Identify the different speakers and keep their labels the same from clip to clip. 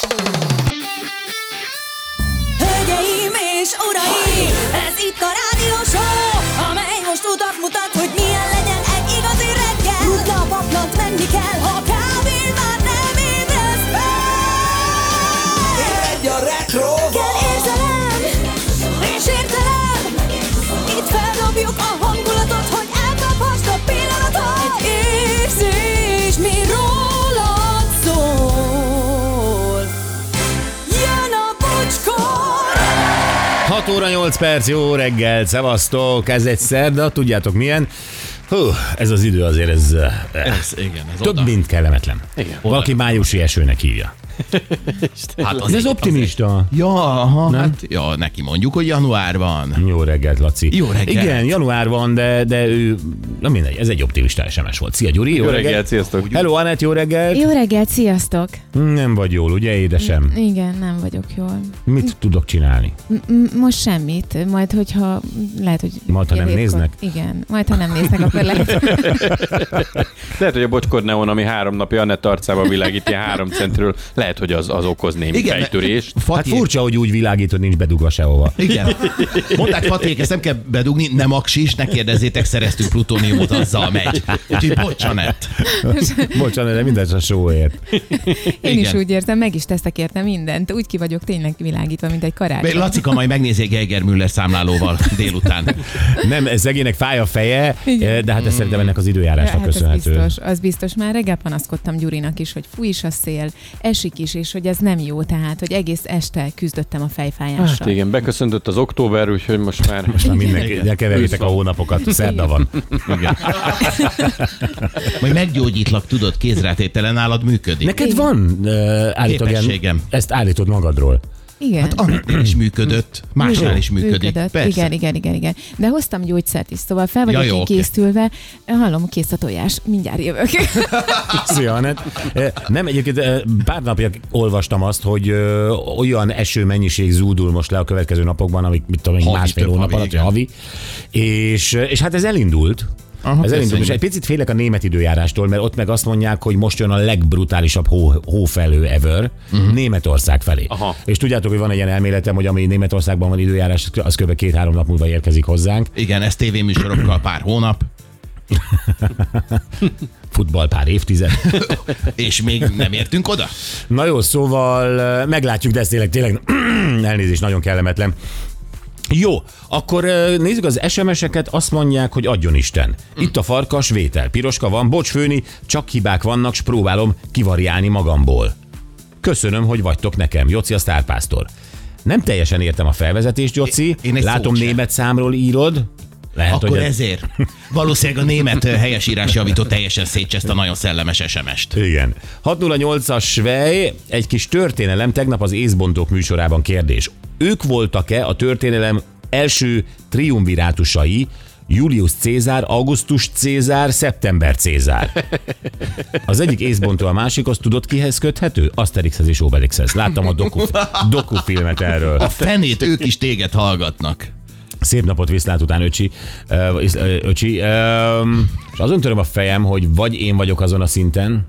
Speaker 1: Hölgyeim és uraim, ez itt a rádió show, amely most utat mutat, hogy milyen legyen egy igazi reggel. Rutna a paplant, menni kell, ha kávén már nem ébresz fel.
Speaker 2: Egy a retro.
Speaker 1: Kell érzelem, és értelem, itt feldobjuk a hangulatot, hogy elkaphast a pillanatot. Egy érzés, mi rólad szól. Jön a bocskor!
Speaker 3: 6 óra 8 perc, jó reggel, szevasztok, ez egy szerda, tudjátok milyen? Hú, ez az idő azért, ez több,
Speaker 4: oda.
Speaker 3: mint kellemetlen.
Speaker 4: Igen.
Speaker 3: Valaki májusi esőnek hívja.
Speaker 4: Hát
Speaker 3: Ez optimista.
Speaker 4: Ja, aha, hát ja, neki mondjuk, hogy január van.
Speaker 3: Jó reggelt, Laci.
Speaker 4: Jó reggelt.
Speaker 3: Igen, január van, de ő, na mindegy, ez egy optimista SMS volt. Szia, Gyuri, jó reggelt.
Speaker 5: Sziasztok.
Speaker 3: Hello, Anett, jó reggelt.
Speaker 6: Jó reggelt, sziasztok!
Speaker 3: Nem vagy jól, ugye, édesem?
Speaker 6: Igen, nem vagyok jól.
Speaker 3: Mit tudok csinálni?
Speaker 6: Most semmit, majd hogyha lehet, hogy...
Speaker 3: Majd, ha nem
Speaker 6: jövő
Speaker 3: néznek?
Speaker 6: Igen, majd ha nem néznek, akkor lehet.
Speaker 5: Lehet, hogy a bocskor neon, ami 3 napja Anett arcába világít, ilyen 3 centről, lehet, hogy az okoz némi
Speaker 4: Igen,
Speaker 5: fejtörést.
Speaker 3: Hát furcsa, hogy úgy világít, hogy nincs bedugva sehova.
Speaker 4: Igen. Mondták Fatiék, ezt nem kell bedugni, nem aksis, ne kérdezzétek, szereztünk plutóniumot, azzal megy. Úgyhogy bocsanett.
Speaker 3: Bocsánat, de mindez a showért.
Speaker 6: Én is
Speaker 4: Igen.
Speaker 6: úgy érzem, meg is teszek érte mindent. Úgy ki vagyok tényleg világítva, mint egy karácsony.
Speaker 4: Lacika majd megnézi egy Geiger Müller számlálóval délután.
Speaker 3: Nem, ez szegénynek fáj a feje,
Speaker 6: Igen.
Speaker 3: de hát ez szerintem ennek az időjárásnak
Speaker 6: Hát
Speaker 3: köszönhető.
Speaker 6: az biztos. Már reggel panaszkodtam Gyurinak is, hogy fúj is a szél, esik is, és hogy ez nem jó, tehát, hogy egész este küzdöttem a fejfájással.
Speaker 5: Hát igen, beköszöntött az október, úgyhogy most már
Speaker 3: Mindenki, de keverjétek a hónapokat, szerda van.
Speaker 4: Igen. Majd meggyógyítlak, tudod, kézrátételen nálad működik.
Speaker 3: Neked van állítólag
Speaker 4: Képességem.
Speaker 3: ezt állítod magadról.
Speaker 6: Igen.
Speaker 4: Hát Annettnél is működött, másnál is működik. Persze.
Speaker 6: Igen. De hoztam gyógyszert is, szóval fel vagyok
Speaker 4: Ja, jó,
Speaker 6: én
Speaker 4: oké.
Speaker 6: készülve. Hallom, kész a tojás, mindjárt jövök.
Speaker 3: Szia, Anett. Nem, egyébként pár napja olvastam azt, hogy olyan eső mennyiség zúdul most le a következő napokban, amik mit tudom én,
Speaker 4: Havi,
Speaker 3: másfél
Speaker 4: több
Speaker 3: hónap
Speaker 4: havi,
Speaker 3: alatt,
Speaker 4: igen.
Speaker 3: havi. És hát ez elindult.
Speaker 4: Aha,
Speaker 3: Ez elindult, és
Speaker 4: köszönjük.
Speaker 3: egy picit félek a német időjárástól, mert ott meg azt mondják, hogy most jön a legbrutálisabb hófelhő ever Németország felé.
Speaker 5: Aha.
Speaker 3: És tudjátok, hogy van egy ilyen elméletem, hogy ami Németországban van időjárás, az kb. 2-3 nap múlva érkezik hozzánk.
Speaker 4: Igen, ez tévéműsorokkal pár hónap,
Speaker 3: Futball pár évtized.
Speaker 4: és még nem értünk oda.
Speaker 3: Na jó, szóval meglátjuk, de ez tényleg elnézést, nagyon kellemetlen. Jó, akkor nézzük az SMS-eket, azt mondják, hogy adjon Isten. Itt a farkas, vétel. Piroska van, bocs főni, csak hibák vannak, s próbálom kivariálni magamból. Köszönöm, hogy vagytok nekem. Joci a sztárpásztor. Nem teljesen értem a felvezetést, Joci.
Speaker 4: Én egy
Speaker 3: Látom,
Speaker 4: szót sem.
Speaker 3: német számról írod. Lehet,
Speaker 4: Akkor
Speaker 3: hogy
Speaker 4: ezért. Valószínűleg a német helyesírás javító teljesen szétcseszt a nagyon szellemes SMS-t.
Speaker 3: Igen. 608-as Svej, egy kis történelem, tegnap az Észbontók műsorában kérdés. Ők voltak-e a történelem első triumvirátusai, Julius Cézár, Augustus Cézár, Szeptember Cézár? Az egyik észbontó, a másik, azt tudod kihez köthető? Asterixhez és Obelixhez. Láttam a dokufilmet erről.
Speaker 4: A fenét, ők is téged hallgatnak.
Speaker 3: Szép napot, viszlát után, öcsi. És azon töröm a fejem, hogy vagy én vagyok azon a szinten,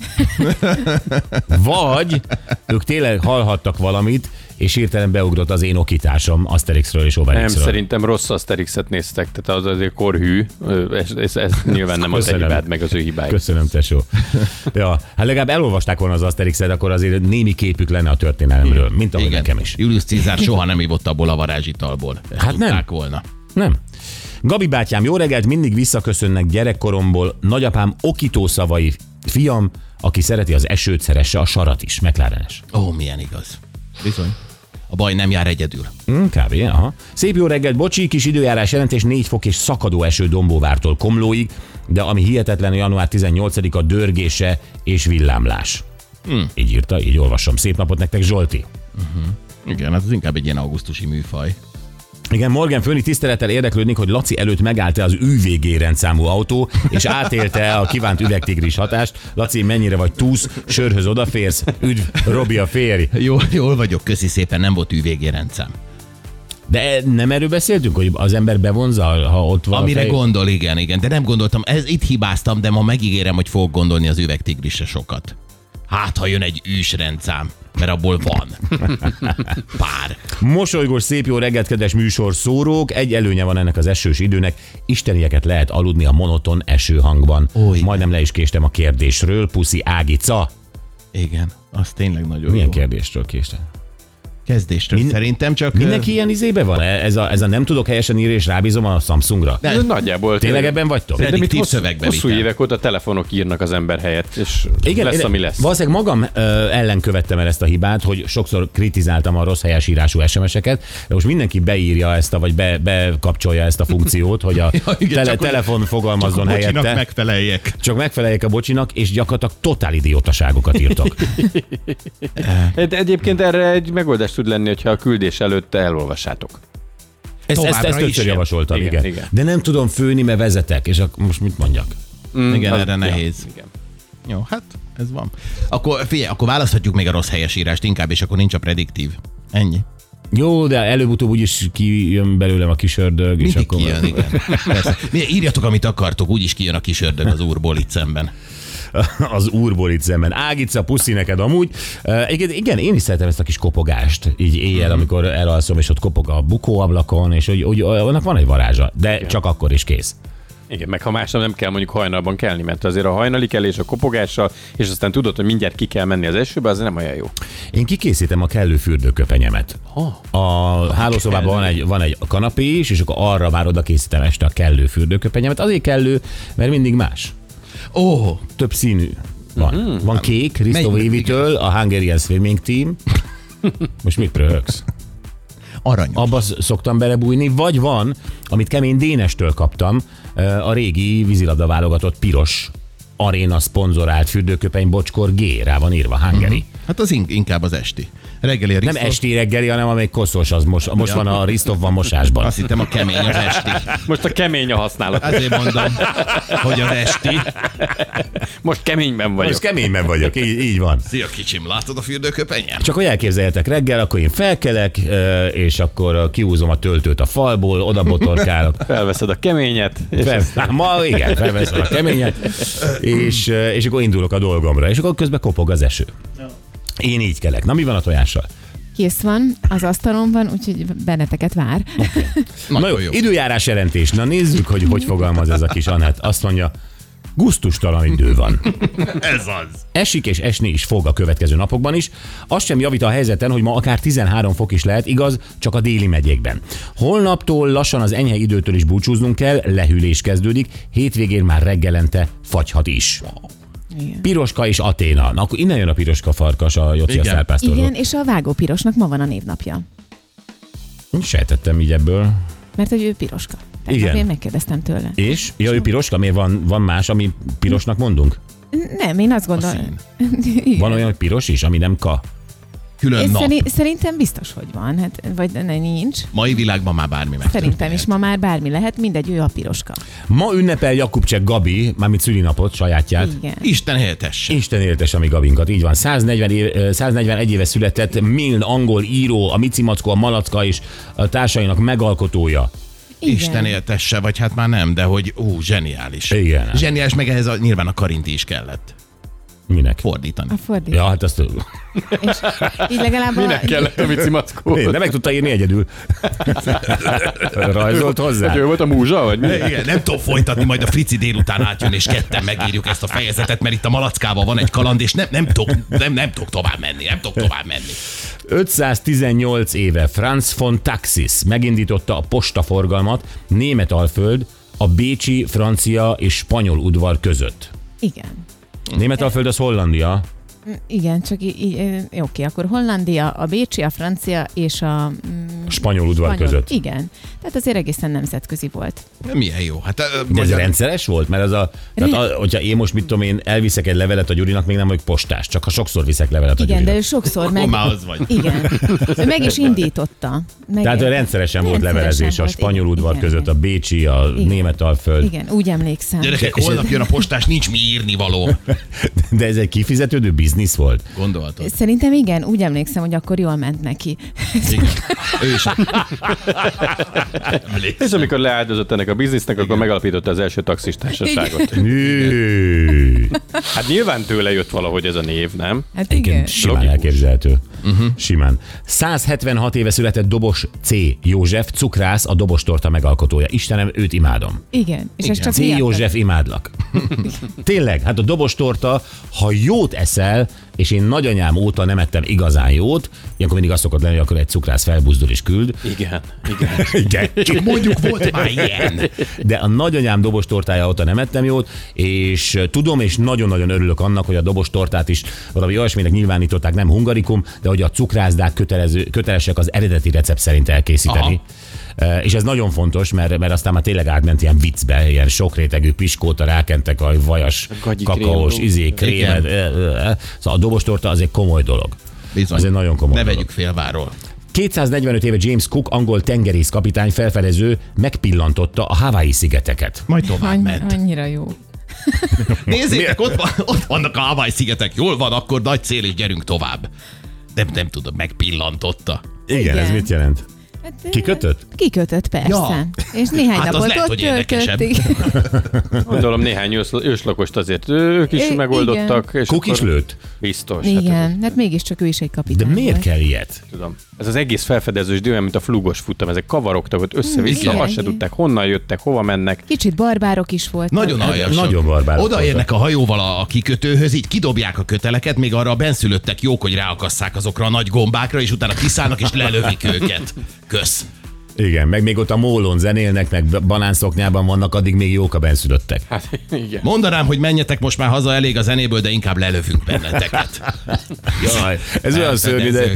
Speaker 3: vagy ők tényleg hallhattak valamit, és hirtelen beugrott az én okításom Asterixről és
Speaker 5: Nem,
Speaker 3: Obelixről.
Speaker 5: szerintem rossz Asterixet néztek, tehát az azért korhű, ez nyilván nem a te
Speaker 3: Köszönöm.
Speaker 5: hibád, meg az ő hibája.
Speaker 3: Köszönöm, tesó. Ja, hát legalább elolvasták volna az Asterixet, akkor azért némi képük lenne a történelemről, mint ahogy
Speaker 4: Igen.
Speaker 3: nekem is.
Speaker 4: Julius Cézár soha nem ivott abból a varázsitalból. Ezt
Speaker 3: Hát nem.
Speaker 4: tudták volna.
Speaker 3: Nem. Gabi bátyám, jó reggelt, mindig visszaköszönnek gyerekkoromból. Nagyapám okító szavai, fiam, aki szereti az esőt, szeresse a sarat is. McLarenes.
Speaker 4: Ó, milyen igaz. Bizony. A baj nem jár egyedül.
Speaker 3: Kb. Aha. Szép jó reggelt, bocsi, kis időjárás jelentés, 4 fok és szakadó eső Dombóvártól Komlóig, de ami hihetetlen, január 18-a dörgése és villámlás. Így írta, így olvasom. Szép napot nektek, Zsolti.
Speaker 4: Igen, hát ez inkább egy ilyen augusztusi műfaj.
Speaker 3: Igen, Morgan Fölni tisztelettel érdeklődnék, hogy Laci előtt megállt-e az UVG rendszámú autó, és átélte a kívánt üvegtigris hatást. Laci, mennyire vagy túsz, sörhöz odaférsz, üdv, Robi a férj.
Speaker 4: Jól vagyok, köszi szépen, nem volt UVG rendszám.
Speaker 3: De nem erről beszéltünk, hogy az ember bevonza, ha ott van
Speaker 4: Amire
Speaker 3: a fej?
Speaker 4: gondol, igen, de nem gondoltam, itt hibáztam, de ma megígérem, hogy fogok gondolni az üvegtigrisre sokat. Hát, ha jön egy ősrendszám. mert abból van. Pár.
Speaker 3: Mosolygós, szép jó reggelt, kedves műsor szórók. Egy előnye van ennek az esős időnek. Istenieket lehet aludni a monoton esőhangban.
Speaker 4: Igen.
Speaker 3: Majdnem le is késtem a kérdésről. Puszi Ágica.
Speaker 4: Igen, az tényleg nagyon
Speaker 3: Milyen
Speaker 4: jó.
Speaker 3: kérdésről késtem?
Speaker 4: Kezdéstől szerintem csak...
Speaker 3: Mindenki ilyen izébe van? Ez a nem tudok helyesen írni, és rábízom a Samsungra?
Speaker 5: Ez nagyjából.
Speaker 3: Tényleg ebben vagytok?
Speaker 5: Szerintem itt
Speaker 4: Prediktív
Speaker 5: hosszú
Speaker 4: szövegbevitel.
Speaker 5: évek óta telefonok írnak az ember helyett, és lesz, ami lesz.
Speaker 3: Valószínűleg magam ellen követtem el ezt a hibát, hogy sokszor kritizáltam a rossz helyesírású SMS-eket, de most mindenki beírja ezt, vagy bekapcsolja ezt a funkciót, hogy a
Speaker 4: igen, csak
Speaker 3: telefon fogalmazzon
Speaker 4: csak a bocsinak
Speaker 3: helyette.
Speaker 4: megfeleljek.
Speaker 3: Csak megfeleljek a bocsinak, és gyakorlatilag totál idiótaságokat írtok.
Speaker 5: De egyébként erre egy megoldás tud lenni, hogyha a küldés előtt elolvassátok.
Speaker 3: Ezt
Speaker 4: Továbbra
Speaker 3: többször
Speaker 4: is.
Speaker 3: javasoltam, igen.
Speaker 5: Igen.
Speaker 3: De nem tudom főni, mert vezetek, és most mit mondjak?
Speaker 4: Igen,
Speaker 5: Az-
Speaker 4: erre nehéz.
Speaker 5: Igen.
Speaker 4: Jó, hát ez van. Akkor figyelj, akkor választhatjuk még a rossz helyesírást inkább, és akkor nincs a prediktív. Ennyi.
Speaker 3: Jó, de előbb-utóbb úgyis kijön belőlem a kis ördög, és
Speaker 4: Mindig
Speaker 3: akkor...
Speaker 4: kijön, igen. Persze. Írjatok, amit akartok, úgyis kijön a kis ördög az úrból itt szemben.
Speaker 3: Az úrból itt szemben. Ágica, puszi neked amúgy. Egyébként igen, én is szeretem ezt a kis kopogást, így éjjel, amikor elalszom, és ott kopog a bukóablakon, és úgy annak van egy varázsa, de csak akkor is kész.
Speaker 5: Igen, meg ha másnap nem kell mondjuk hajnalban kelni, mert azért a hajnali kelés a kopogással, és aztán tudod, hogy mindjárt ki kell menni az esőbe, az nem olyan jó.
Speaker 3: Én kikészítem a kellő fürdőköpenyemet. A hálószobában van egy kanapé is, és akkor arra már oda készítem este a kellő fürdőköpenyemet. Azért kellő, mert mindig más.
Speaker 4: Ó,
Speaker 3: Több színű van. Van kék, Risto
Speaker 4: Melyik?
Speaker 3: Vévitől, a Hungarian Swimming Team. Most mit röhögsz?
Speaker 4: aranyos.
Speaker 3: Abba szoktam belebújni, vagy van, amit Kemény Dénestől kaptam, a régi vízilabda válogatott piros aréna szponzorált fürdőköpeny Bocskor G, rá van írva, Hungary.
Speaker 4: Hát az inkább az esti. Reggeli a
Speaker 3: Nem
Speaker 4: Risztov.
Speaker 3: esti reggeli, hanem amelyik koszos, az most van a Ristov van mosásban.
Speaker 4: Azt hittem a kemény az esti.
Speaker 5: Most a kemény a használat.
Speaker 4: Azért mondom, hogy az esti.
Speaker 5: Most keményben vagyok.
Speaker 3: Most keményben vagyok, így van.
Speaker 4: Szia kicsim, látod a fürdőköpenyem?
Speaker 3: Csak hogy elképzeljetek reggel, akkor én felkelek, és akkor kihúzom a töltőt a falból, oda botorkálok.
Speaker 5: Felveszed a keményet, és
Speaker 3: Igen, felveszem a keményet, és akkor indulok a dolgomra, és akkor közben kopog az eső. Én így kelek. Na, mi van a tojással?
Speaker 6: Kész van, az asztalon van, úgyhogy benneteket vár.
Speaker 3: Na jó, időjárás jelentés. Na nézzük, hogy fogalmaz ez a kis Anett. Azt mondja, gusztustalan idő van.
Speaker 4: Ez az.
Speaker 3: Esik és esni is fog a következő napokban is. Az sem javít a helyzeten, hogy ma akár 13 fok is lehet, igaz, csak a déli megyékben. Holnaptól lassan az enyhe időtől is búcsúznunk kell, lehűlés kezdődik, hétvégén már reggelente fagyhat is.
Speaker 6: Igen.
Speaker 3: Piroska és Aténa. Na, akkor innen jön a piroska farkas, a Jóci a
Speaker 4: Igen.
Speaker 3: szárpásztorról.
Speaker 6: Igen, és a vágópirosnak ma van a névnapja.
Speaker 3: Sejtettem így ebből.
Speaker 6: Mert hogy ő piroska.
Speaker 3: Igen.
Speaker 6: Tehát én megkérdeztem tőle.
Speaker 3: És? Ja, ő piroska? Miért van más, ami pirosnak mondunk?
Speaker 6: Nem, én azt gondolom.
Speaker 3: Van olyan, hogy piros is, ami nem ka?
Speaker 4: Külön nap.
Speaker 6: Szerintem biztos, hogy van. Hát, vagy nincs.
Speaker 4: Mai világban már bármi megtörténhet.
Speaker 6: Szerintem is ma már bármi lehet, mindegy, ő a piroska.
Speaker 3: Ma ünnepel Jakubcsek Gabi, mármint szülinapot, sajátját.
Speaker 6: Igen.
Speaker 4: Isten éltesse.
Speaker 3: Isten éltes a mi Gabinkat, így van. 141 éve született Milne angol író, a Mici Mackó, a Malacka és a társainak megalkotója.
Speaker 6: Igen.
Speaker 4: Isten éltesse, vagy hát már nem, de hogy zseniális.
Speaker 3: Igen.
Speaker 4: Zseniális, meg ehhez nyilván a Karinti is kellett
Speaker 3: Minek?
Speaker 4: fordítani.
Speaker 6: A fordít.
Speaker 3: Ja, hát azt
Speaker 6: És így legalább
Speaker 5: minek kellett a Mici Mackó?
Speaker 3: de meg tudta írni egyedül. Rajzolt hozzá.
Speaker 5: Hogy ő volt a múzsa, vagy mi?
Speaker 4: Igen, nem tudom folytatni, majd a Frici délután átjön, és ketten megírjuk ezt a fejezetet, mert itt a Malackával van egy kaland, és nem tudok tovább menni.
Speaker 3: 518 éve Franz von Taxis megindította a postaforgalmat Németalföld, a bécsi, francia és spanyol udvar között.
Speaker 6: Igen.
Speaker 3: Németalföld az Hollandia.
Speaker 6: Igen, csak oké, akkor Hollandia, a bécsi, a francia és a
Speaker 3: Spanyol udvar között.
Speaker 6: Igen. Tehát azért egészen nemzetközi volt.
Speaker 4: Milyen jó. Hát,
Speaker 3: De ez rendszeres volt? Mert hogyha én most mit tudom én, elviszek egy levelet a Gyurinak, még nem vagyok postás, csak ha sokszor viszek levelet a
Speaker 6: Igen, de
Speaker 3: Gyurinak.
Speaker 6: ő sokszor
Speaker 4: már az vagy.
Speaker 6: Igen. Ő meg is indította.
Speaker 3: Tehát rendszeresen volt levelezés a
Speaker 6: volt,
Speaker 3: spanyol
Speaker 6: igen,
Speaker 3: udvar
Speaker 6: igen,
Speaker 3: között, a bécsi, a Németalföld.
Speaker 6: Igen, úgy emlékszem.
Speaker 4: Gyerekek, holnap jön a postás, nincs mi írnivaló.
Speaker 3: De ez egy kifizetődő biznisz volt.
Speaker 4: Gondoltad?
Speaker 6: Szerintem igen, úgy emlékszem, hogy akkor jól ment neki.
Speaker 4: Igen. Ő is.
Speaker 5: És amikor leáldozott ennek a biznisznek, akkor megalapította az első taxistársaságot.
Speaker 3: Nő.
Speaker 5: Hát nyilván tőle jött valahogy ez a név, nem?
Speaker 6: Hát igen.
Speaker 3: Simán
Speaker 5: Logikus.
Speaker 3: elképzelhető. Simán. 176 éve született Dobos C. József, cukrász, a dobostorta megalkotója. Istenem, őt imádom.
Speaker 6: Igen. És ez csak
Speaker 3: C.
Speaker 6: miattad?
Speaker 3: József, imádlak. Tényleg, hát a dobostorta, ha jót eszel, és én nagyanyám óta nem ettem igazán jót, ilyenkor mindig azt szokott lenni, hogy akkor egy cukrász felbuzdul és küld.
Speaker 5: Igen.
Speaker 3: Igen.
Speaker 4: Mondjuk volt már ilyen.
Speaker 3: De a nagyanyám dobostortája óta nem ettem jót, és tudom, és nagyon-nagyon örülök annak, hogy a dobostortát is valami olyasminek nyilvánították, nem hungarikum, de hogy a cukrászdák kötelesek az eredeti recept szerint elkészíteni. És ez nagyon fontos, mert aztán már tényleg átment ilyen viccbe, ilyen sokrétegű piskóta rákentek a vajas,
Speaker 5: Gagyi
Speaker 3: kakaós,
Speaker 5: krém.
Speaker 3: krémet. Szóval a dobostorta az egy komoly dolog.
Speaker 4: Bizony.
Speaker 3: Az egy nagyon komoly
Speaker 4: Ne
Speaker 3: dolog.
Speaker 4: vegyük félváról.
Speaker 3: 245 éve James Cook, angol tengerészkapitány, felfedező megpillantotta a Hawaii-szigeteket.
Speaker 4: Majd tovább ment.
Speaker 6: Annyira jó.
Speaker 4: Nézzétek, ott vannak a Hawaii-szigetek. Jól van, akkor nagy cél, és gyerünk tovább. Nem tudom, megpillantotta.
Speaker 3: Igen, ez
Speaker 6: Igen.
Speaker 3: mit jelent?
Speaker 6: Hát,
Speaker 3: Kikötött?
Speaker 6: Kikötött, persze.
Speaker 4: Ja.
Speaker 6: És néhány
Speaker 4: Hát az
Speaker 6: napot
Speaker 4: lehet,
Speaker 6: ott
Speaker 4: hogy érdekesebb.
Speaker 6: töltötték.
Speaker 5: Gondolom néhány őslakost azért ők is
Speaker 6: Igen.
Speaker 5: megoldottak. És
Speaker 3: Cook is
Speaker 5: akkor-
Speaker 3: lőtt?
Speaker 5: Biztos.
Speaker 6: Igen, hát mégiscsak ő is egy
Speaker 3: De
Speaker 6: kapitány
Speaker 3: miért
Speaker 6: volt.
Speaker 3: kell ilyet?
Speaker 5: Tudom. Ez az egész felfedezős olyan, mint a flugos futam. Ezek kavarogtak ott össze-vissza,
Speaker 6: Igen.
Speaker 5: azt se tudták, honnan jöttek, hova mennek.
Speaker 6: Kicsit barbárok is voltak.
Speaker 4: Nagyon aljasok.
Speaker 3: Nagyon barbárok
Speaker 4: Odaérnek a hajóval a kikötőhöz, így kidobják a köteleket, még arra a benszülöttek jók, hogy ráakasszák azokra a nagy gombákra, és utána kiszállnak és lelövik őket. Kösz.
Speaker 3: Igen, meg még ott a mólón zenélnek, meg banánszoknyában vannak, addig még jók a benszülöttek.
Speaker 5: Hát igen.
Speaker 4: Mondanám, hogy menjetek most már haza, elég a zenéből, de inkább lelövünk benneteket.
Speaker 3: Jaj, ez olyan szörnyű, de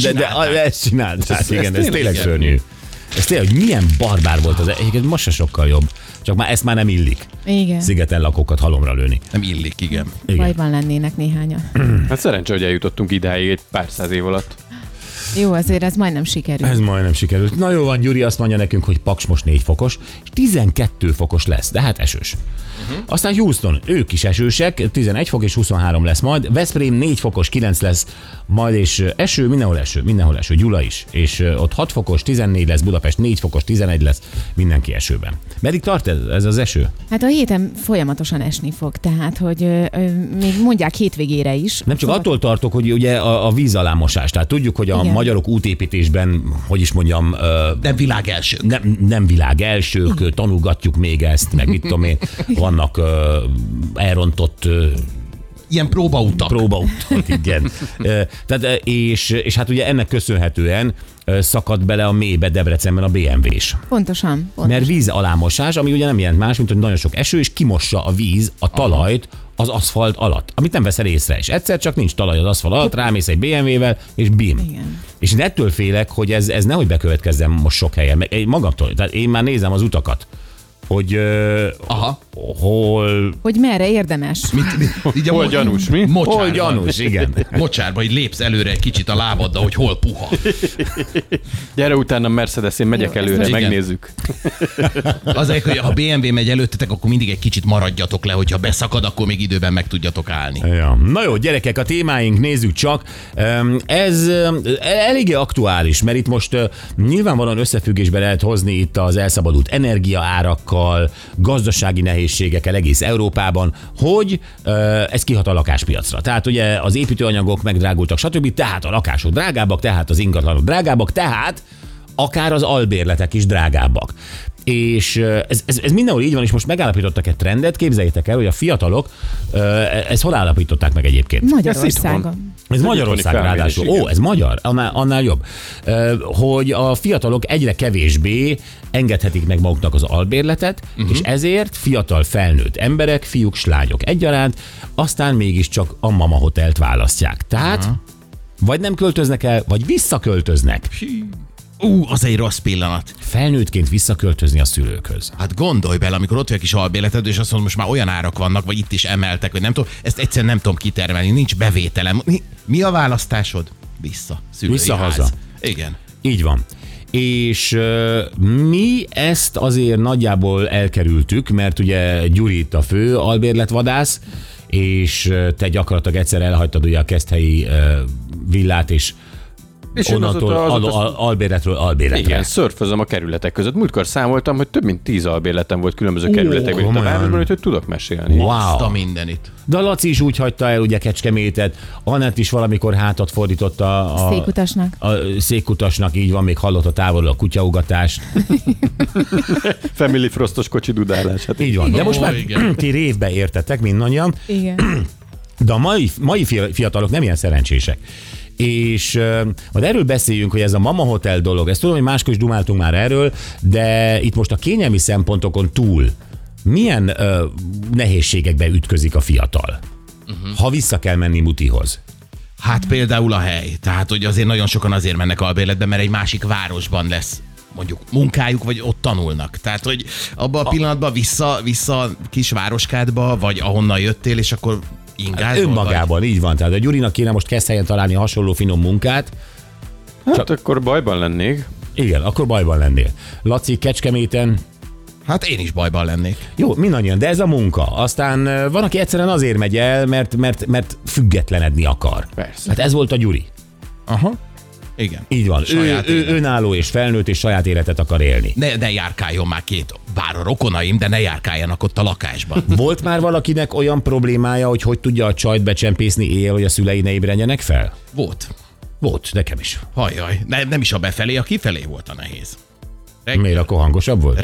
Speaker 3: ezt csinálták. Igen, ez tényleg
Speaker 4: igen.
Speaker 3: szörnyű. Ez tényleg, hogy milyen barbár volt az. Egyébként most se sokkal jobb. Csak már ezt már nem illik.
Speaker 6: Igen.
Speaker 3: Szigeten lakókat halomra lőni.
Speaker 4: Nem illik, igen.
Speaker 3: Igen.
Speaker 6: Bajban lennének néhányan.
Speaker 5: Hát szerencsé, hogy eljutottunk idáig egy pár száz év alatt.
Speaker 6: Jó, azért ez majdnem sikerült.
Speaker 3: Ez majdnem sikerült. Na jó van, Gyuri azt mondja nekünk, hogy Paks most 4 fokos, és 12 fokos lesz, de hát esős. Aztán Houston, ők is esősek, 11 fok és 23 lesz majd. Veszprém 4 fokos, 9 lesz majd, és eső, mindenhol eső, Gyula is. És ott 6 fokos, 14 lesz, Budapest 4 fokos, 11 lesz, mindenki esőben. Meddig tart ez az eső?
Speaker 6: Hát a héten folyamatosan esni fog, tehát, hogy még mondják hétvégére is.
Speaker 3: Nem csak attól tartok, hogy ugye a víz alámosás. Tehát tudjuk, hogy a
Speaker 6: Igen.
Speaker 3: magyarok útépítésben, hogy is mondjam,
Speaker 4: Nem világ első.
Speaker 3: nem világ elsők, tanulgatjuk még ezt, meg mit tudom én, vannak elrontott
Speaker 4: Ilyen próbautak.
Speaker 3: próbautat, igen. Tehát, és hát ugye ennek köszönhetően szakadt bele a mélybe Debrecenben a BMW-s.
Speaker 6: Pontosan.
Speaker 3: Mert víz alámosás, ami ugye nem jelent más, mint hogy nagyon sok eső, és kimossa a víz a talajt az aszfalt alatt, amit nem veszel észre. És egyszer csak nincs talaj az aszfalt alatt, rámész egy BMW-vel, és bim.
Speaker 6: Igen.
Speaker 3: És én ettől félek, hogy ez nehogy bekövetkezzen most sok helyen. Meg én magamtól, tehát én már nézem az utakat, hogy
Speaker 4: Aha.
Speaker 3: hol...
Speaker 6: Hogy merre érdemes.
Speaker 4: Így a
Speaker 5: Hol gyanús, mi?
Speaker 4: Mocsárban.
Speaker 3: Hol gyanús, igen.
Speaker 4: Mocsárba, hogy lépsz előre egy kicsit a lábaddal, hogy hol puha.
Speaker 5: Gyere utána Mercedes, én megyek
Speaker 6: Jó, ez
Speaker 5: előre,
Speaker 6: most-
Speaker 5: megnézzük.
Speaker 4: Azért, hogy ha BMW megy előttetek, akkor mindig egy kicsit maradjatok le, hogyha beszakad, akkor még időben meg tudjatok állni.
Speaker 3: Ja. Na jó, gyerekek, a témáink, nézzük csak. Ez eléggé aktuális, mert itt most nyilvánvalóan összefüggésbe lehet hozni itt az elszabadult energiaárakkal, gazdasági nehézségekkel egész Európában, hogy ez kihat a lakáspiacra. Tehát ugye az építőanyagok megdrágultak, stb. Tehát a lakások drágábbak, tehát az ingatlanok drágábbak, tehát akár az albérletek is drágábbak. És ez mindenhol így van, és most megállapítottak egy trendet, képzeljétek el, hogy a fiatalok, ezt hol állapították meg egyébként?
Speaker 6: Magyarországon.
Speaker 3: Ez Magyarország
Speaker 5: felmérés,
Speaker 3: ráadásul.
Speaker 5: igen.
Speaker 3: Ó, ez magyar, annál jobb. Hogy a fiatalok egyre kevésbé engedhetik meg maguknak az albérletet, és ezért fiatal felnőtt emberek, fiúk s lányok egyaránt, aztán mégiscsak a mama hotelt választják. Tehát vagy nem költöznek el, vagy visszaköltöznek.
Speaker 4: Az egy rossz pillanat.
Speaker 3: Felnőttként visszaköltözni a szülőkhöz.
Speaker 4: Hát gondolj bele, amikor ott vagy a kis albérleted, és azt mondod, most már olyan árak vannak, vagy itt is emeltek, vagy nem tudom, ezt egyszerűen nem tudom kitermelni, nincs bevételem. Mi a választásod? Vissza. Szülői
Speaker 3: Visszahaza.
Speaker 4: ház. Igen.
Speaker 3: Így van. És mi ezt azért nagyjából elkerültük, mert ugye Gyuri itt a fő albérletvadász, és te gyakorlatilag egyszer elhagytad ugye a keszthelyi villát, és
Speaker 5: És én
Speaker 3: onnantól albérletről albérletre.
Speaker 5: Igen, szörfözöm a kerületek között. Múltkor számoltam, hogy több mint 10 albérletem volt különböző kerületekben itt a
Speaker 3: komolyan.
Speaker 5: városban, hogy tudok mesélni.
Speaker 4: Azt a
Speaker 3: Wow.
Speaker 4: mindenit.
Speaker 3: De a Laci is úgy hagyta el ugye Kecskemétet, Anett is valamikor hátat fordított a
Speaker 6: Székutasnak.
Speaker 3: a székutasnak, így van, még hallott a távolról a kutyaugatást.
Speaker 5: Family Frostos kocsi dudálás. Hát
Speaker 3: Így van. De most már
Speaker 4: igen.
Speaker 3: ti révbe értetek mindannyian,
Speaker 6: Igen.
Speaker 3: de a mai fiatalok nem ilyen szerencsések. És majd erről beszéljünk, hogy ez a Mama Hotel dolog, ezt tudom, hogy máskor is dumáltunk már erről, de itt most a kényelmi szempontokon túl milyen nehézségekbe ütközik a fiatal, ha vissza kell menni mutihoz?
Speaker 4: Hát például a hely. Tehát, hogy azért nagyon sokan azért mennek albérletbe, mert egy másik városban lesz mondjuk munkájuk, vagy ott tanulnak. Tehát, hogy abban a pillanatban vissza kis városkádba, vagy ahonnan jöttél, és akkor ingázol.
Speaker 3: Önmagában, így van. Tehát a Gyurinak kéne most Keszthelyen találni hasonló finom munkát.
Speaker 5: Hát akkor bajban lennék.
Speaker 3: Igen, akkor bajban lennél. Laci, Kecskeméten,
Speaker 4: Hát én is bajban lennék.
Speaker 3: jó, mindannyian, de ez a munka. Aztán van, aki egyszerűen azért megy el, mert függetlenedni akar.
Speaker 5: Persze.
Speaker 3: Hát ez volt a Gyuri.
Speaker 4: Aha. Igen.
Speaker 3: Így van.
Speaker 4: Saját
Speaker 3: Ő
Speaker 4: élet.
Speaker 3: önálló és felnőtt, és saját életet akar élni.
Speaker 4: Ne járkáljon már bár a rokonaim, de ne járkáljanak ott a lakásban.
Speaker 3: Volt már valakinek olyan problémája, hogy tudja a csajt becsempészni éjjel, hogy a szülei ne ébredjenek fel? Volt, nekem is.
Speaker 4: Hajjaj, nem is a befelé, a kifelé volt a nehéz.
Speaker 3: Miért, akkor hangosabb volt?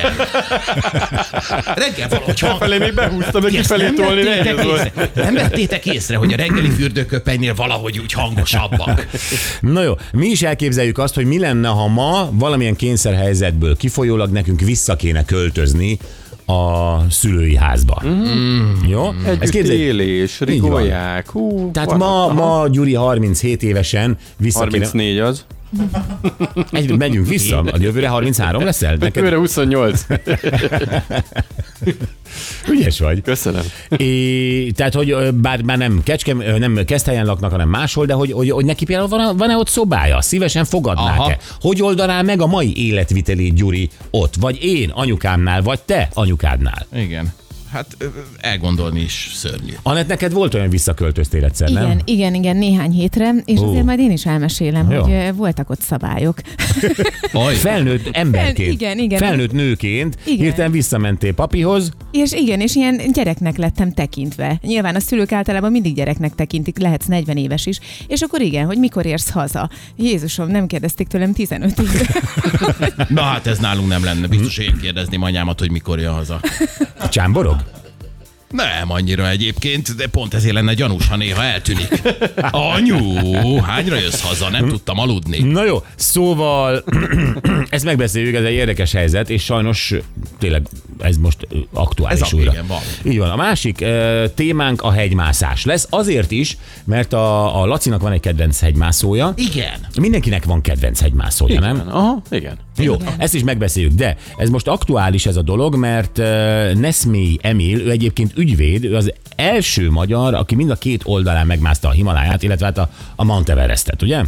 Speaker 4: Reggel valahogy
Speaker 5: Felé még behúztam, de
Speaker 4: Ezt
Speaker 5: kifelé
Speaker 4: nem
Speaker 5: tolni
Speaker 4: vettétek
Speaker 5: nehéz volt.
Speaker 4: észre? Nem vettétek észre, hogy a reggeli fürdőköpenynél valahogy úgy hangosabbak?
Speaker 3: Na jó, mi is elképzeljük azt, hogy mi lenne, ha ma valamilyen kényszerhelyzetből kifolyólag nekünk vissza kéne költözni a szülői házba. Jó? Ezt képzeljük.
Speaker 5: Együttélés,
Speaker 3: Így van.
Speaker 5: rigolják. Hú,
Speaker 3: Tehát
Speaker 5: van.
Speaker 3: ma Gyuri 37 évesen vissza kéne...
Speaker 5: 34 az.
Speaker 3: Megyünk vissza, a jövőre 33 leszel? Neked
Speaker 5: Jövőre 28.
Speaker 3: ügyes vagy.
Speaker 5: Köszönöm.
Speaker 3: Tehát, hogy bár már nem Keszthelyen laknak, hanem máshol, de hogy neki például van-e ott szobája? Szívesen fogadnák-e?
Speaker 4: Aha.
Speaker 3: Hogy oldaná meg a mai életvitelét Gyuri ott? Vagy én anyukámnál, vagy te anyukádnál?
Speaker 4: Igen. Hát elgondolni is szörnyű.
Speaker 3: Anett, neked volt olyan visszaköltöztél egyszer, nem?
Speaker 6: Igen, néhány hétre, és azért majd én is elmesélem,
Speaker 3: Jó.
Speaker 6: hogy voltak ott szabályok.
Speaker 3: Felnőtt emberként,
Speaker 6: Igen.
Speaker 3: felnőtt nőként,
Speaker 6: Igen.
Speaker 3: hirtelen visszamentél papihoz,
Speaker 6: És ilyen gyereknek lettem tekintve. Nyilván a szülők általában mindig gyereknek tekintik, lehetsz 40 éves is, és akkor igen, hogy mikor érsz haza. Jézusom, nem kérdezték tőlem 15 évre.
Speaker 4: Na hát ez nálunk nem lenne. Biztos én kérdezném anyámat, hogy mikor jön haza.
Speaker 3: csámborog?
Speaker 4: Nem annyira egyébként, de pont ezért lenne gyanús, ha néha eltűnik. Anyu, hányra jössz haza? Nem tudtam aludni.
Speaker 3: Na jó, szóval ezt megbeszéljük, ez egy érdekes helyzet, és sajnos tényleg ez most aktuális
Speaker 4: Ez
Speaker 3: újra.
Speaker 4: igen, van.
Speaker 3: Így van. A másik témánk a hegymászás lesz. Azért is, mert a Lacinak van egy kedvenc hegymászója.
Speaker 4: Igen.
Speaker 3: Mindenkinek van kedvenc hegymászója, nem?
Speaker 5: Aha, igen.
Speaker 3: Jó, ezt is megbeszéljük, de ez most aktuális ez a dolog, mert Neszmélyi Emil, ő egyébként ügyvéd, ő az első magyar, aki mind a két oldalán megmászta a Himaláját, illetve hát a Mount Everestet, ugye?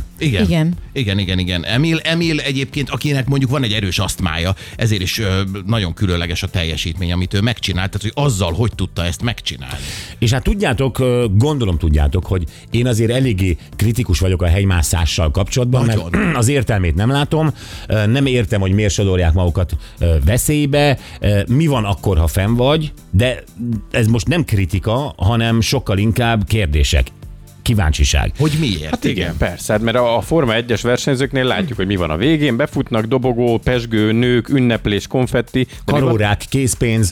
Speaker 4: Igen. Emil egyébként, akinek mondjuk van egy erős asztmája, ezért is nagyon különleges a teljesítmény, amit ő megcsinált, tehát hogy azzal, hogy tudta ezt megcsinálni.
Speaker 3: És hát tudjátok, gondolom tudjátok, hogy én azért eléggé kritikus vagyok a hegymászással kapcsolatban,
Speaker 4: Nagyon.
Speaker 3: mert az értelmét nem látom, nem értem, hogy miért sodorják magukat veszélybe, mi van akkor, ha fenn vagy, de ez most nem kritika, hanem sokkal inkább kérdések. Kíváncsiság.
Speaker 4: Hogy miért?
Speaker 5: Hát igen, persze, hát mert a Forma 1-es versenyzőknél látjuk, hogy mi van a végén, befutnak, dobogó, pezsgő, nők, ünneplés, konfetti.
Speaker 3: Karórák, készpénz.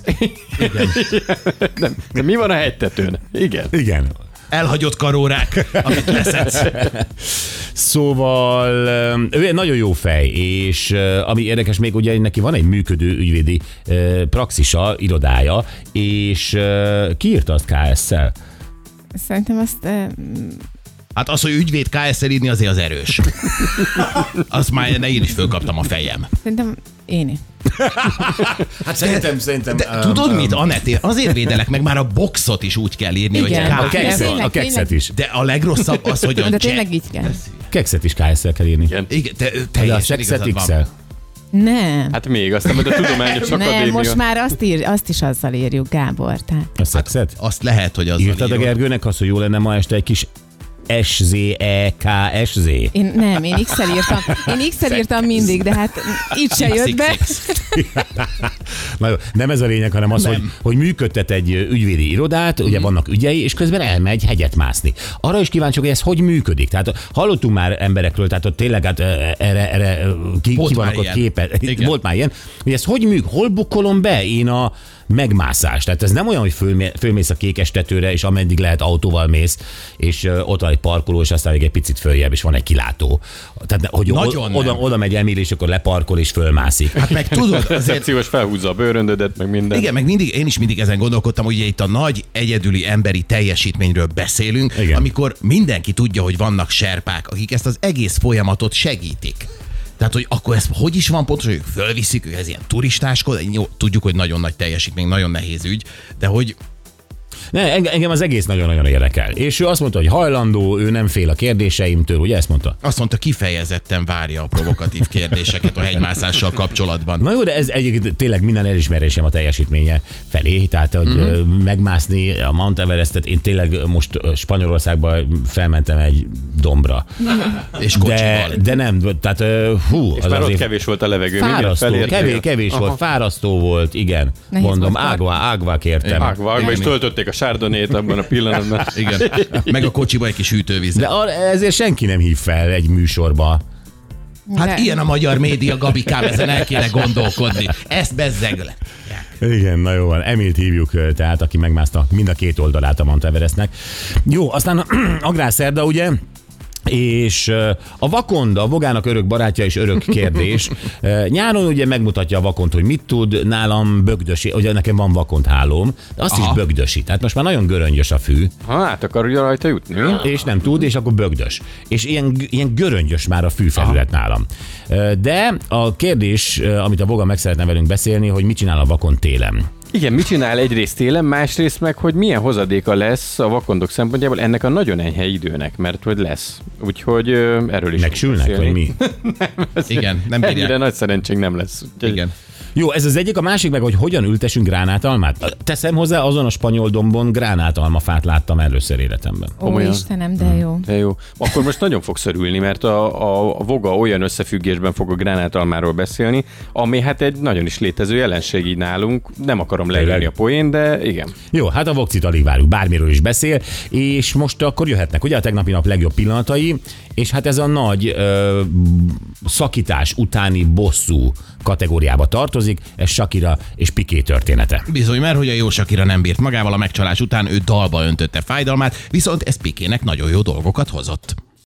Speaker 5: De mi van a hegytetőn? Igen.
Speaker 4: Elhagyott karórák, amit leszedsz.
Speaker 3: Szóval ő egy nagyon jó fej, és ami érdekes még, ugye neki van egy működő ügyvédi praxisa, irodája, és kiírta azt KS-szel?
Speaker 6: Szerintem azt...
Speaker 4: Hát az, hogy ügyvéd KS-szel írni, azért az erős. Azt már én is fölkaptam a fejem.
Speaker 6: Szerintem én.
Speaker 3: Hát szerintem...
Speaker 4: De tudod mit, Anett? Én azért védelek meg, már a boxot is úgy kell írni,
Speaker 6: Igen.
Speaker 4: hogy
Speaker 3: A kekszet is.
Speaker 4: De a legrosszabb az, hogy a
Speaker 6: De tényleg így kell.
Speaker 3: Kekszet is KS-szel kell írni.
Speaker 5: Igen.
Speaker 4: Igen,
Speaker 3: De a
Speaker 4: teljesen
Speaker 3: szexet
Speaker 4: igazad van.
Speaker 3: X-el.
Speaker 6: Nem.
Speaker 5: Hát még, aztán majd a tudományos akadémia.
Speaker 6: Nem, most már azt is azzal írjuk, Gábor. Tehát.
Speaker 3: A szexet?
Speaker 4: Azt lehet, hogy az
Speaker 3: Írtad a Gergőnek azt, hogy jó lenne ma este egy kis SZEKSZ.
Speaker 6: Én X-el írtam. Én X-el írtam mindig, de hát itt se jött be.
Speaker 3: Na jó, nem ez a lényeg, hanem az, hogy működtet egy ügyvédi irodát, ugye vannak ügyei, és közben elmegy hegyet mászni. Arra is kíváncsiak, hogy ez hogy működik. Tehát hallottunk már emberekről, tehát ott tényleg hát erre ki vannak ott képek. Volt már ilyen, hogy ez hogy működik, hol bukkolom be én a megmászás. Tehát ez nem olyan, hogy fölmész a Kékestetőre, és ameddig lehet autóval mész, és ott van egy parkoló, és aztán még egy picit följebb, és van egy kilátó. Tehát, hogy oda megy Emil, és akkor leparkol, és fölmászik.
Speaker 4: Hát meg tudod,
Speaker 5: recepciós felhúzza a bőröndödet, meg minden.
Speaker 4: Igen, meg én is mindig ezen gondolkodtam, hogy itt a nagy egyedüli emberi teljesítményről beszélünk, igen. Amikor mindenki tudja, hogy vannak serpák, akik ezt az egész folyamatot segítik. Tehát, hogy akkor ez hogy is van pontosan, hogy fölviszik, hogy ez ilyen turistáskodás, tudjuk, hogy nagyon nagy teljesítmény, nagyon nehéz ügy, de hogy...
Speaker 3: Ne, engem az egész nagyon-nagyon érdekel. És ő azt mondta, hogy hajlandó, ő nem fél a kérdéseimtől, ugye ezt mondta?
Speaker 4: Azt mondta, kifejezetten várja a provokatív kérdéseket a hegymászással kapcsolatban.
Speaker 3: Na jó, de ez egyébként tényleg minden elismerésem a teljesítménye felé, tehát hogy megmászni a Mount Everestet, én tényleg most Spanyolországban felmentem egy dombra.
Speaker 4: És kocsival.
Speaker 3: De nem, tehát
Speaker 5: és az már ott kevés volt a levegő.
Speaker 3: Fárasztó, kevés volt, fárasztó volt, igen. Nehéz mondom, ágva kértem.
Speaker 5: Ágva, és töltötték a sárdonét abban a pillanatban.
Speaker 4: Igen, meg a kocsiba egy kis hűtővíz.
Speaker 3: De ezért senki nem hív fel egy műsorba.
Speaker 4: Hát ilyen a magyar média, Gabikám, ezen el kéne gondolkodni. Ezt bezzeg le.
Speaker 3: Igen, na jó van. Emilt hívjuk, tehát aki megmászta mind a két oldalát a Mount Everestnek. Jó, aztán agrárszerda, ugye? És a vakond, a Vogának örök barátja és örök kérdés. Nyáron ugye megmutatja a vakond, hogy mit tud, nálam bögdösi, ugye nekem van vakondhálóm, de azt is bögdösi. Tehát most már nagyon göröngyös a fű.
Speaker 5: Hát akar ugye rajta jutni.
Speaker 3: És nem tud, és akkor bögdös. És ilyen göröngyös már a fűfelület nálam. De a kérdés, amit a Voga meg szeretne velünk beszélni, hogy mit csinál a vakond télen.
Speaker 5: Igen, mit csinál egyrészt télen, másrészt meg, hogy milyen hozadéka lesz a vakondok szempontjából ennek a nagyon enyhe időnek, mert hogy lesz. Úgyhogy erről is
Speaker 3: megsülnek, vagy mi?
Speaker 4: Igen, nem bírják.
Speaker 5: Ennyire nagy szerencsénk nem lesz.
Speaker 4: Igen.
Speaker 3: Jó, ez az egyik, a másik meg, hogy hogyan ültessünk gránátalmát. Teszem hozzá, azon a spanyol dombon gránátalmafát láttam először életemben.
Speaker 6: Ó, Istenem, de jó.
Speaker 5: De jó. Akkor most nagyon fogsz örülni, mert a Voga olyan összefüggésben fog a gránátalmáról beszélni, ami hát egy nagyon is létező jelenség így nálunk. Nem akarom leírni a poén, de igen.
Speaker 3: Jó, hát a Vokcit alig várjuk, bármiről is beszél, és most akkor jöhetnek ugye a tegnapi nap legjobb pillanatai, és hát ez a nagy szakítás utáni bosszú kategóriába tartozik, ez Shakira és Piqué története.
Speaker 4: Bizony, mert hogy a jó Shakira nem bírt magával a megcsalás után, ő dalba öntötte fájdalmát, viszont ez Piquének nagyon jó dolgokat hozott.